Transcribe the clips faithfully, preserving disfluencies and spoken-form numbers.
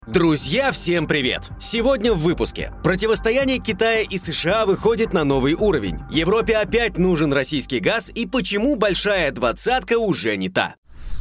Друзья, всем привет! Сегодня в выпуске. Противостояние Китая и США выходит на новый уровень. Европе опять нужен российский газ, и почему большая двадцатка уже не та.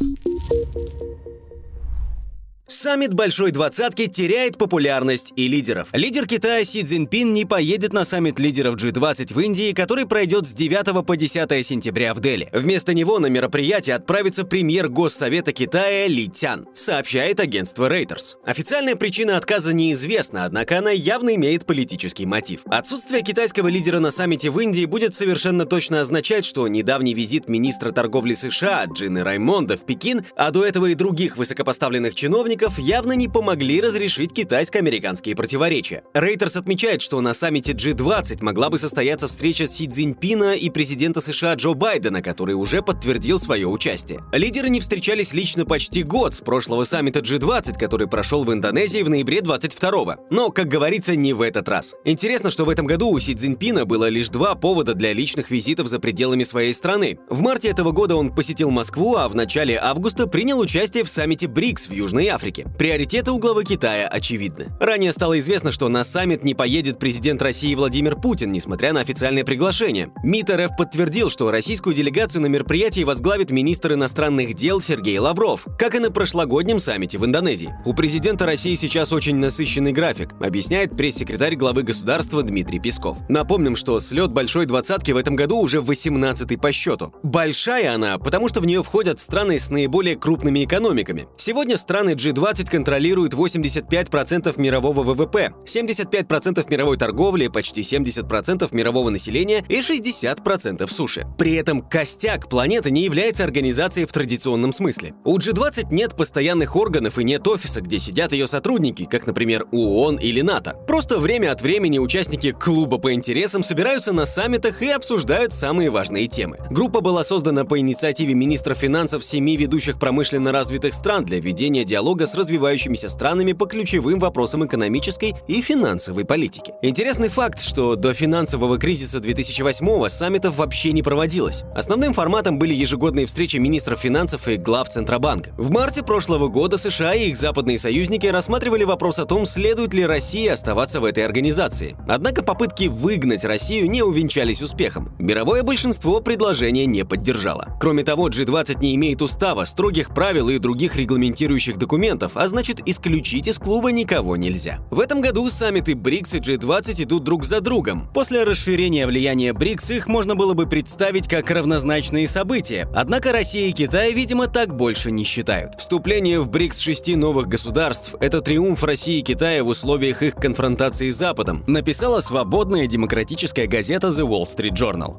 Саммит Большой Двадцатки теряет популярность и лидеров. Лидер Китая Си Цзиньпин не поедет на саммит лидеров джи двадцать в Индии, который пройдет с девятого по десятое сентября в Дели. Вместо него на мероприятие отправится премьер Госсовета Китая Ли Цян, сообщает агентство Reuters. Официальная причина отказа неизвестна, однако она явно имеет политический мотив. Отсутствие китайского лидера на саммите в Индии будет совершенно точно означать, что недавний визит министра торговли США Джины Раймонда в Пекин, а до этого и других высокопоставленных чиновников, явно не помогли разрешить китайско-американские противоречия. Reuters отмечает, что на саммите джи двадцать могла бы состояться встреча Си Цзиньпина и президента США Джо Байдена, который уже подтвердил свое участие. Лидеры не встречались лично почти год с прошлого саммита джи двадцать, который прошел в Индонезии в ноябре двадцать второго. Но, как говорится, не в этот раз. Интересно, что в этом году у Си Цзиньпина было лишь два повода для личных визитов за пределами своей страны. В марте этого года он посетил Москву, а в начале августа принял участие в саммите БРИКС в Южной Африке. Приоритеты у главы Китая очевидны. Ранее стало известно, что на саммит не поедет президент России Владимир Путин, несмотря на официальное приглашение. МИД РФ подтвердил, что российскую делегацию на мероприятии возглавит министр иностранных дел Сергей Лавров, как и на прошлогоднем саммите в Индонезии. У президента России сейчас очень насыщенный график, объясняет пресс-секретарь главы государства Дмитрий Песков. Напомним, что слет Большой Двадцатки в этом году уже восемнадцатый по счету. Большая она, потому что в нее входят страны с наиболее крупными экономиками. Сегодня страны джи двадцать контролируют восемьдесят пять процентов мирового вэ вэ пэ, семьдесят пять процентов мировой торговли, почти семьдесят процентов мирового населения и шестьдесят процентов суши. При этом костяк планеты не является организацией в традиционном смысле. У джи двадцать нет постоянных органов и нет офиса, где сидят ее сотрудники, как, например, у ООН или НАТО. Просто время от времени участники клуба по интересам собираются на саммитах и обсуждают самые важные темы. Группа была создана по инициативе министров финансов семи ведущих промышленно развитых стран для ведения диалога с развивающимися странами по ключевым вопросам экономической и финансовой политики. Интересный факт, что до финансового кризиса две тысячи восьмого саммитов вообще не проводилось. Основным форматом были ежегодные встречи министров финансов и глав Центробанка. В марте прошлого года США и их западные союзники рассматривали вопрос о том, следует ли России оставаться в этой организации. Однако попытки выгнать Россию не увенчались успехом. Мировое большинство предложения не поддержало. Кроме того, джи двадцать не имеет устава, строгих правил и других регламентирующих документов, а значит, исключить из клуба никого нельзя. В этом году саммиты БРИКС и джи двадцать идут друг за другом. После расширения влияния БРИКС их можно было бы представить как равнозначные события. Однако Россия и Китай, видимо, так больше не считают. Вступление в БРИКС шести новых государств – это триумф России и Китая в условиях их конфронтации с Западом, написала свободная демократическая газета The Wall Street Journal.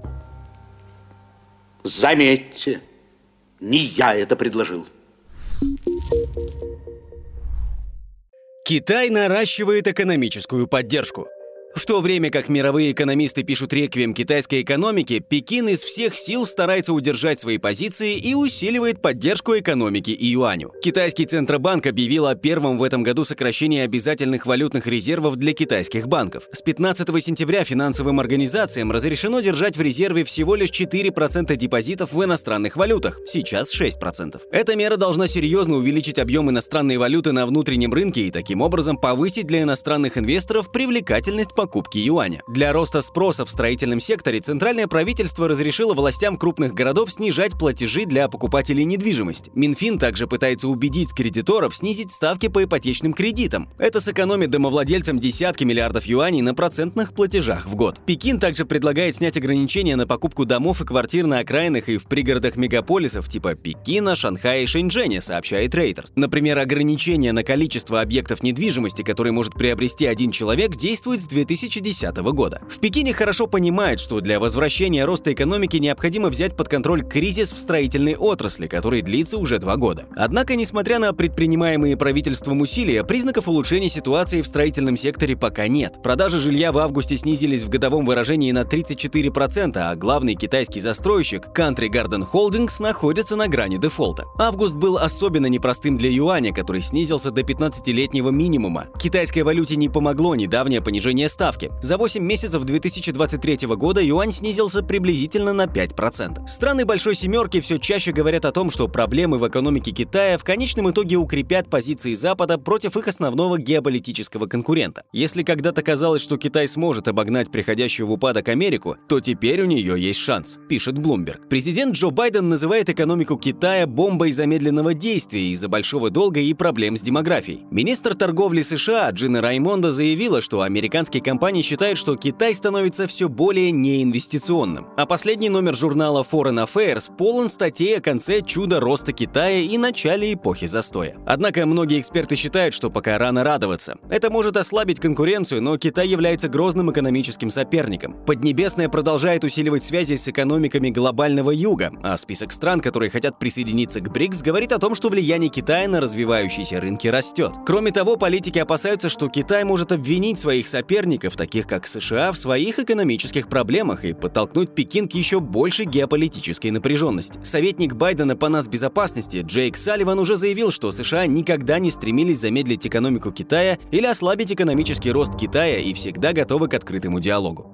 Заметьте, не я это предложил. Китай наращивает экономическую поддержку. В то время как мировые экономисты пишут реквием китайской экономики, Пекин из всех сил старается удержать свои позиции и усиливает поддержку экономики и юаню. Китайский Центробанк объявил о первом в этом году сокращении обязательных валютных резервов для китайских банков. С пятнадцатого сентября финансовым организациям разрешено держать в резерве всего лишь четыре процента депозитов в иностранных валютах, сейчас шесть процентов. Эта мера должна серьезно увеличить объем иностранной валюты на внутреннем рынке и таким образом повысить для иностранных инвесторов привлекательность покупки юаня. Для роста спроса в строительном секторе центральное правительство разрешило властям крупных городов снижать платежи для покупателей недвижимости. Минфин также пытается убедить кредиторов снизить ставки по ипотечным кредитам. Это сэкономит домовладельцам десятки миллиардов юаней на процентных платежах в год. Пекин также предлагает снять ограничения на покупку домов и квартир на окраинах и в пригородах мегаполисов типа Пекина, Шанхая и Шэньчжэня, сообщает Reuters. Например, ограничение на количество объектов недвижимости, которые может приобрести один человек, действует с две тысячи десятого года. В Пекине хорошо понимают, что для возвращения роста экономики необходимо взять под контроль кризис в строительной отрасли, который длится уже два года. Однако, несмотря на предпринимаемые правительством усилия, признаков улучшения ситуации в строительном секторе пока нет. Продажи жилья в августе снизились в годовом выражении на тридцать четыре процента, а главный китайский застройщик Country Garden Holdings находится на грани дефолта. Август был особенно непростым для юаня, который снизился до пятнадцатилетнего минимума. Китайской валюте не помогло недавнее понижение ставки ставки. За восемь месяцев две тысячи двадцать третьего года юань снизился приблизительно на пять процентов. Страны Большой Семерки все чаще говорят о том, что проблемы в экономике Китая в конечном итоге укрепят позиции Запада против их основного геополитического конкурента. Если когда-то казалось, что Китай сможет обогнать приходящую в упадок Америку, то теперь у нее есть шанс, пишет Bloomberg. Президент Джо Байден называет экономику Китая бомбой замедленного действия из-за большого долга и проблем с демографией. Министр торговли США Джина Раймондо заявила, что американские компании считают, что Китай становится все более неинвестиционным. А последний номер журнала Foreign Affairs полон статей о конце чуда роста Китая и начале эпохи застоя. Однако многие эксперты считают, что пока рано радоваться. Это может ослабить конкуренцию, но Китай является грозным экономическим соперником. Поднебесная продолжает усиливать связи с экономиками глобального юга, а список стран, которые хотят присоединиться к БРИКС, говорит о том, что влияние Китая на развивающиеся рынки растет. Кроме того, политики опасаются, что Китай может обвинить своих соперников, таких как США, в своих экономических проблемах и подтолкнуть Пекин к еще большей геополитической напряженности. Советник Байдена по нацбезопасности Джейк Салливан уже заявил, что США никогда не стремились замедлить экономику Китая или ослабить экономический рост Китая и всегда готовы к открытому диалогу.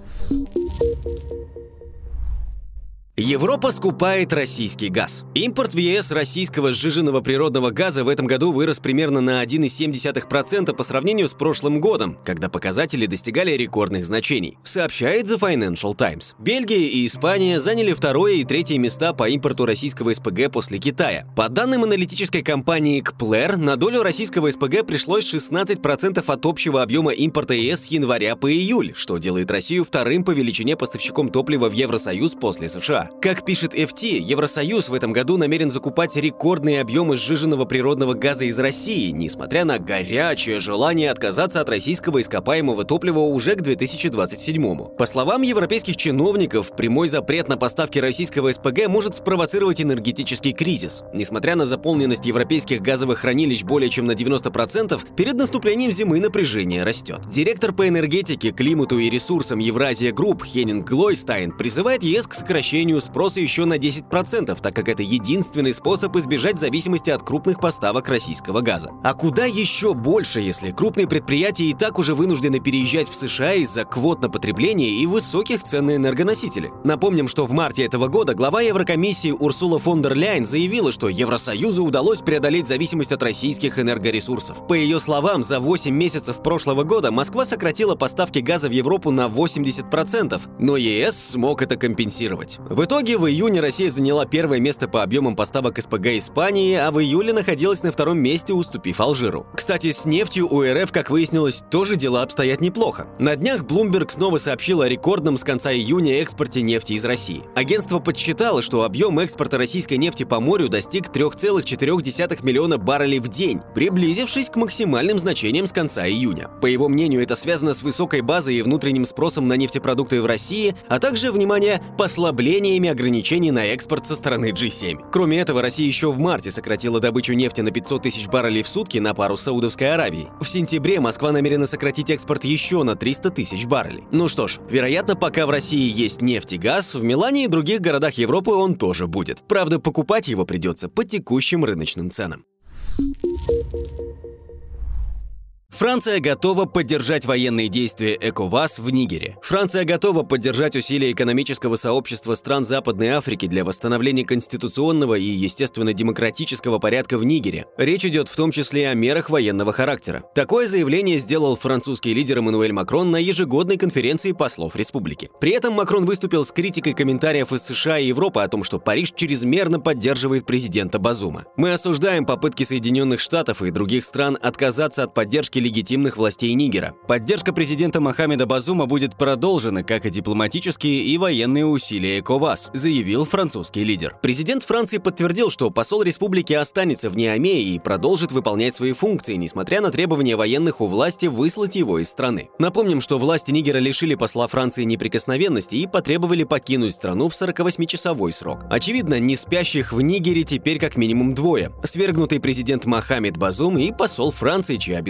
Европа скупает российский газ. Импорт в ЕС российского сжиженного природного газа в этом году вырос примерно на один и семь десятых процента по сравнению с прошлым годом, когда показатели достигали рекордных значений, сообщает The Financial Times. Бельгия и Испания заняли второе и третье места по импорту российского СПГ после Китая. По данным аналитической компании Kpler, на долю российского СПГ пришлось шестнадцать процентов от общего объема импорта ЕС с января по июль, что делает Россию вторым по величине поставщиком топлива в Евросоюз после США. Как пишет эф ти, Евросоюз в этом году намерен закупать рекордные объемы сжиженного природного газа из России, несмотря на горячее желание отказаться от российского ископаемого топлива уже к две тысячи двадцать седьмому. По словам европейских чиновников, прямой запрет на поставки российского СПГ может спровоцировать энергетический кризис. Несмотря на заполненность европейских газовых хранилищ более чем на девяносто процентов, перед наступлением зимы напряжение растет. Директор по энергетике, климату и ресурсам Евразия Групп Хеннинг Глойстайн призывает ЕС к сокращению спроса еще на десять процентов, так как это единственный способ избежать зависимости от крупных поставок российского газа. А куда еще больше, если крупные предприятия и так уже вынуждены переезжать в США из-за квот на потребление и высоких цен на энергоносители? Напомним, что в марте этого года глава Еврокомиссии Урсула фон дер Ляйен заявила, что Евросоюзу удалось преодолеть зависимость от российских энергоресурсов. По ее словам, за восемь месяцев прошлого года Москва сократила поставки газа в Европу на восемьдесят процентов, но ЕС смог это компенсировать. В В итоге в июне Россия заняла первое место по объемам поставок СПГ Испании, а в июле находилась на втором месте, уступив Алжиру. Кстати, с нефтью у РФ, как выяснилось, тоже дела обстоят неплохо. На днях Bloomberg снова сообщил о рекордном с конца июня экспорте нефти из России. Агентство подсчитало, что объем экспорта российской нефти по морю достиг три целых четыре десятых миллиона баррелей в день, приблизившись к максимальным значениям с конца июня. По его мнению, это связано с высокой базой и внутренним спросом на нефтепродукты в России, а также, внимание, послаблением ограничений на экспорт со стороны джи семь. Кроме этого, Россия еще в марте сократила добычу нефти на пятьсот тысяч баррелей в сутки на пару с Саудовской Аравией. В сентябре Москва намерена сократить экспорт еще на триста тысяч баррелей. Ну что ж, вероятно, пока в России есть нефть и газ, в Милане и других городах Европы он тоже будет. Правда, покупать его придется по текущим рыночным ценам. Франция готова поддержать военные действия ЭКОВАС в Нигере. Франция готова поддержать усилия экономического сообщества стран Западной Африки для восстановления конституционного и, естественно, демократического порядка в Нигере. Речь идет в том числе о мерах военного характера. Такое заявление сделал французский лидер Эммануэль Макрон на ежегодной конференции послов республики. При этом Макрон выступил с критикой комментариев из США и Европы о том, что Париж чрезмерно поддерживает президента Базума. «Мы осуждаем попытки Соединенных Штатов и других стран отказаться от поддержки легитимных властей Нигера. Поддержка президента Мохаммеда Базума будет продолжена, как и дипломатические и военные усилия ЭКОВАС», заявил французский лидер. Президент Франции подтвердил, что посол республики останется в Ниамее и продолжит выполнять свои функции, несмотря на требования военных у власти выслать его из страны. Напомним, что власти Нигера лишили посла Франции неприкосновенности и потребовали покинуть страну в сорокавосьмичасовой срок. Очевидно, не спящих в Нигере теперь как минимум двое: свергнутый президент Мохаммед Базум и посол Франции, чья безопасность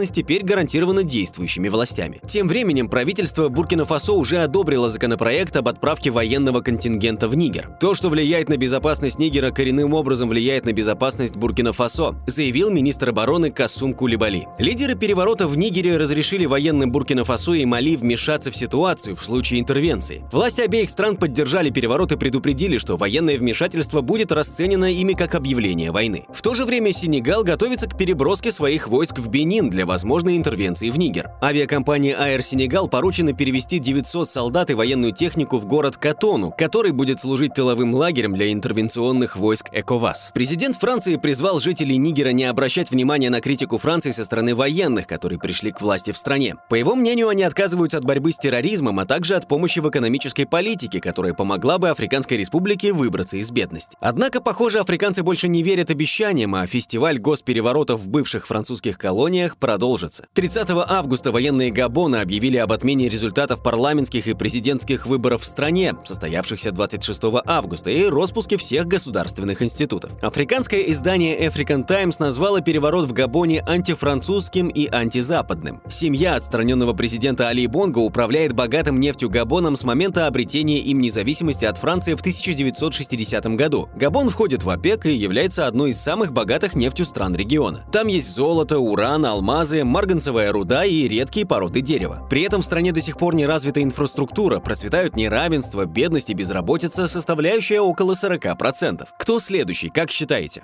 безопасность теперь гарантирована действующими властями. Тем временем правительство Буркина-Фасо уже одобрило законопроект об отправке военного контингента в Нигер. То, что влияет на безопасность Нигера, коренным образом влияет на безопасность Буркина-Фасо, заявил министр обороны Касум Кулибали. Лидеры переворота в Нигере разрешили военным Буркина-Фасо и Мали вмешаться в ситуацию в случае интервенции. Власти обеих стран поддержали переворот и предупредили, что военное вмешательство будет расценено ими как объявление войны. В то же время Сенегал готовится к переброске своих войск в Бенин для возможной интервенции в Нигер. Авиакомпании Air Senegal поручено перевести девятьсот солдат и военную технику в город Котону, который будет служить тыловым лагерем для интервенционных войск ЭКОВАС. Президент Франции призвал жителей Нигера не обращать внимания на критику Франции со стороны военных, которые пришли к власти в стране. По его мнению, они отказываются от борьбы с терроризмом, а также от помощи в экономической политике, которая помогла бы Африканской Республике выбраться из бедности. Однако, похоже, африканцы больше не верят обещаниям, а фестиваль госпереворотов в бывших французских колониях продолжится. тридцатого августа военные Габона объявили об отмене результатов парламентских и президентских выборов в стране, состоявшихся двадцать шестого августа, и распуске всех государственных институтов. Африканское издание African Times назвало переворот в Габоне антифранцузским и антизападным. Семья отстраненного президента Али Бонго управляет богатым нефтью Габоном с момента обретения им независимости от Франции в тысяча девятьсот шестидесятом году. Габон входит в ОПЕК и является одной из самых богатых нефтью стран региона. Там есть золото, уран, алмазы, марганцевая руда и редкие породы дерева. При этом в стране до сих пор не развита инфраструктура, процветают неравенство, бедность и безработица, составляющая около сорока процентов. Кто следующий, как считаете?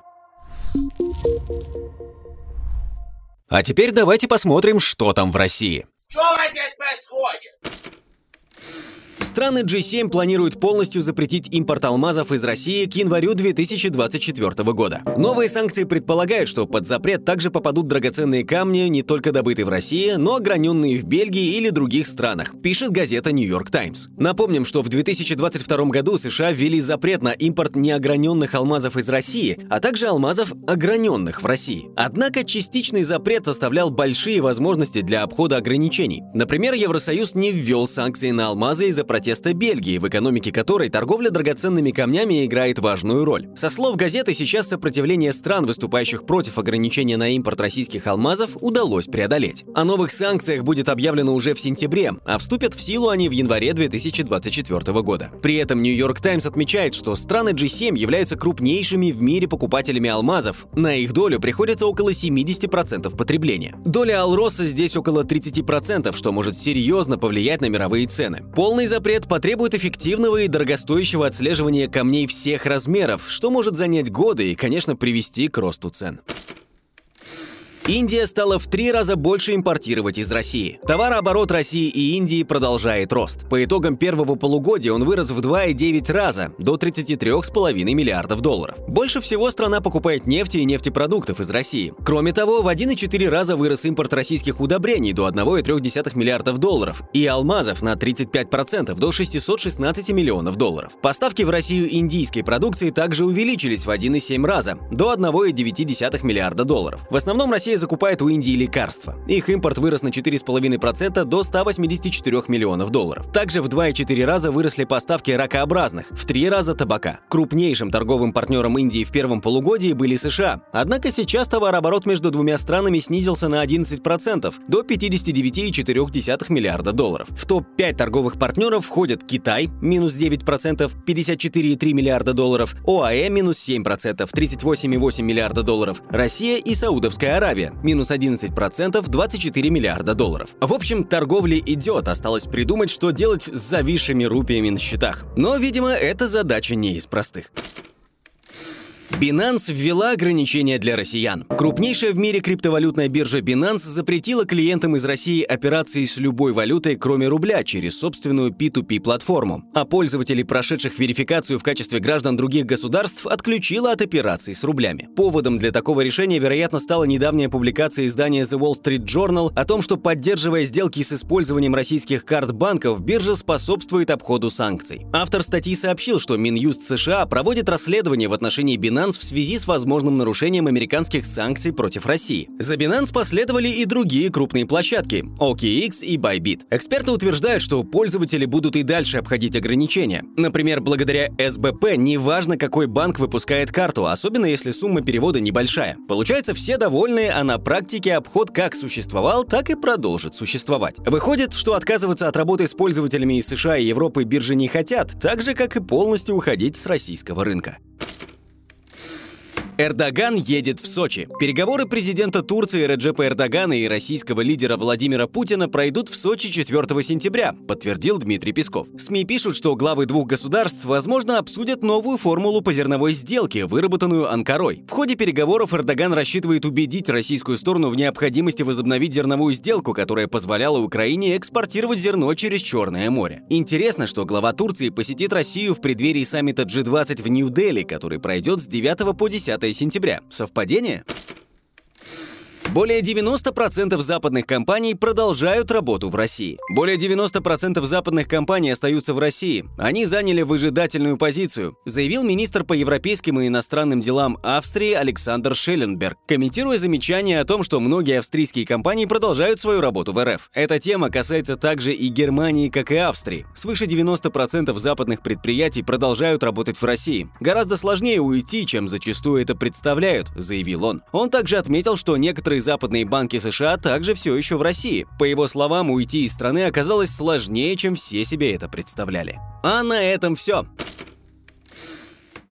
А теперь давайте посмотрим, что там в России. Что здесь происходит? Страны джи семь планируют полностью запретить импорт алмазов из России к январю две тысячи двадцать четвёртого года. Новые санкции предполагают, что под запрет также попадут драгоценные камни, не только добытые в России, но ограненные в Бельгии или других странах, пишет газета Нью-Йорк Таймс. Напомним, что в две тысячи двадцать втором году США ввели запрет на импорт неограненных алмазов из России, а также алмазов, ограненных в России. Однако частичный запрет оставлял большие возможности для обхода ограничений. Например, Евросоюз не ввел санкции на алмазы из-за протеста Бельгии, в экономике которой торговля драгоценными камнями играет важную роль. Со слов газеты, сейчас сопротивление стран, выступающих против ограничения на импорт российских алмазов, удалось преодолеть. О новых санкциях будет объявлено уже в сентябре, а вступят в силу они в январе две тысячи двадцать четвёртого года. При этом Нью-Йорк Таймс отмечает, что страны джи семь являются крупнейшими в мире покупателями алмазов. На их долю приходится около семидесяти процентов потребления. Доля Алроса здесь около тридцати процентов, что может серьезно повлиять на мировые цены. Полный запрет потребует эффективного и дорогостоящего отслеживания камней всех размеров, что может занять годы и, конечно, привести к росту цен. Индия стала в три раза больше импортировать из России. Товарооборот России и Индии продолжает рост. По итогам первого полугодия он вырос в два и девять раза, до тридцати трёх с половиной миллиардов долларов. Больше всего страна покупает нефти и нефтепродуктов из России. Кроме того, в один и четыре раза вырос импорт российских удобрений до одного и трёх десятых миллиардов долларов и алмазов на тридцать пять процентов до шестисот шестнадцати миллионов долларов. Поставки в Россию индийской продукции также увеличились в один и семь раза, до одного и девяти десятых миллиарда долларов. В основном Россия закупает у Индии лекарства. Их импорт вырос на четыре с половиной процента до ста восьмидесяти четырёх миллионов долларов. Также в два и четыре раза выросли поставки ракообразных, в три раза табака. Крупнейшим торговым партнером Индии в первом полугодии были США. Однако сейчас товарооборот между двумя странами снизился на одиннадцать процентов, до пятидесяти девяти и четырёх десятых миллиарда долларов. В топ пять торговых партнеров входят Китай, минус девять процентов, пятьдесят четыре и три миллиарда долларов, ОАЭ, минус семь процентов, тридцать восемь и восемь миллиарда долларов, Россия и Саудовская Аравия, минус одиннадцать процентов, двадцать четыре миллиарда долларов. В общем, торговля идет, осталось придумать, что делать с зависшими рупиями на счетах. Но, видимо, эта задача не из простых. Binance ввела ограничения для россиян. Крупнейшая в мире криптовалютная биржа Binance запретила клиентам из России операции с любой валютой, кроме рубля, через собственную пи ту пи-платформу. А пользователей, прошедших верификацию в качестве граждан других государств, отключила от операций с рублями. Поводом для такого решения, вероятно, стала недавняя публикация издания The Wall Street Journal о том, что, поддерживая сделки с использованием российских карт банков, биржа способствует обходу санкций. Автор статьи сообщил, что Минюст США проводит расследование в отношении Binance Binance в связи с возможным нарушением американских санкций против России. За Binance последовали и другие крупные площадки – о кей икс и Bybit. Эксперты утверждают, что пользователи будут и дальше обходить ограничения. Например, благодаря эс бэ пэ неважно, какой банк выпускает карту, особенно если сумма перевода небольшая. Получается, все довольны, а на практике обход как существовал, так и продолжит существовать. Выходит, что отказываться от работы с пользователями из США и Европы биржи не хотят, так же, как и полностью уходить с российского рынка. Эрдоган едет в Сочи. Переговоры президента Турции Реджепа Эрдогана и российского лидера Владимира Путина пройдут в Сочи четвёртого сентября, подтвердил Дмитрий Песков. СМИ пишут, что главы двух государств, возможно, обсудят новую формулу по зерновой сделке, выработанную Анкарой. В ходе переговоров Эрдоган рассчитывает убедить российскую сторону в необходимости возобновить зерновую сделку, которая позволяла Украине экспортировать зерно через Черное море. Интересно, что глава Турции посетит Россию в преддверии саммита джи двадцать в Нью-Дели, который пройдет с девятого по десятое сентября. Совпадение? Более девяноста процентов западных компаний продолжают работу в России. Более девяноста процентов западных компаний остаются в России. Они заняли выжидательную позицию, заявил министр по европейским и иностранным делам Австрии Александр Шелленберг, комментируя замечание о том, что многие австрийские компании продолжают свою работу в эр эф. Эта тема касается также и Германии, как и Австрии. Свыше девяноста процентов западных предприятий продолжают работать в России. Гораздо сложнее уйти, чем зачастую это представляют, заявил он. Он также отметил, что некоторые западные банки США также все еще в России. По его словам, уйти из страны оказалось сложнее, чем все себе это представляли. А на этом все.